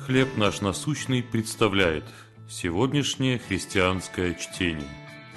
«Хлеб наш насущный» представляет сегодняшнее христианское чтение.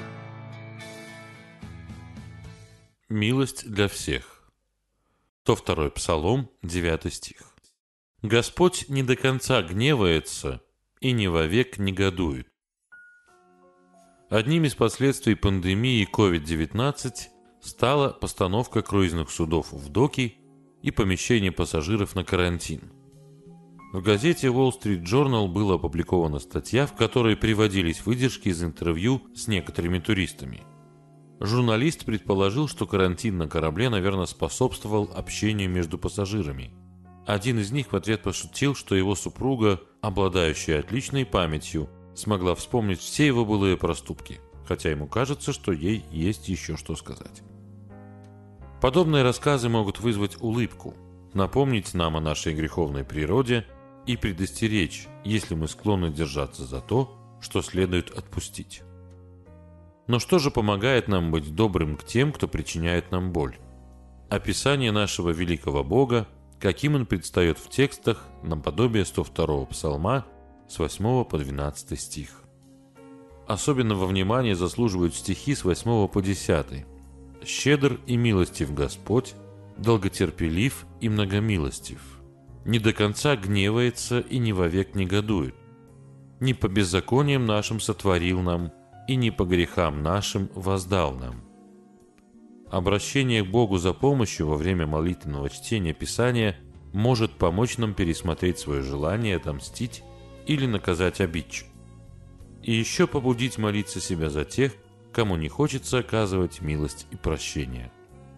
Милость для всех. 102 Псалом, 9 стих. «Господь не до конца гневается и не вовек негодует». Одним из последствий пандемии COVID-19 стала постановка круизных судов в доки и помещение пассажиров на карантин. В газете Wall Street Journal была опубликована статья, в которой приводились выдержки из интервью с некоторыми туристами. Журналист предположил, что карантин на корабле, наверное, способствовал общению между пассажирами. Один из них в ответ пошутил, что его супруга, обладающая отличной памятью, смогла вспомнить все его былые проступки, хотя ему кажется, что ей есть еще что сказать. Подобные рассказы могут вызвать улыбку, напомнить нам о нашей греховной природе и предостеречь, если мы склонны держаться за то, что следует отпустить. Но что же помогает нам быть добрым к тем, кто причиняет нам боль? Описание нашего великого Бога, каким Он предстает в текстах наподобие 102 Псалма с 8 по 12 стих. Особенного внимания заслуживают стихи с 8 по 10. «Щедр и милостив Господь, долготерпелив и многомилостив, не до конца гневается и не вовек негодует, не по беззакониям нашим сотворил нам, и не по грехам нашим воздал нам». Обращение к Богу за помощью во время молитвенного чтения Писания может помочь нам пересмотреть свое желание отомстить или наказать обидчика. И еще побудить молиться себя за тех, кому не хочется оказывать милость и прощение.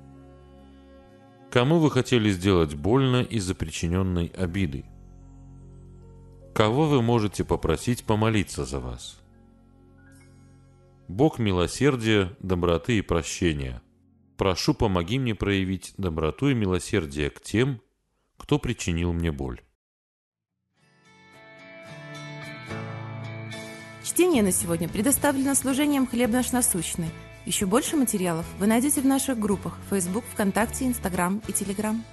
Кому вы хотели сделать больно из-за причиненной обиды? Кого вы можете попросить помолиться за вас? Бог милосердия, доброты и прощения, прошу, помоги мне проявить доброту и милосердие к тем, кто причинил мне боль. Чтение на сегодня предоставлено служением «Хлеб наш насущный». Еще больше материалов вы найдете в наших группах Facebook, ВКонтакте, Instagram и Telegram.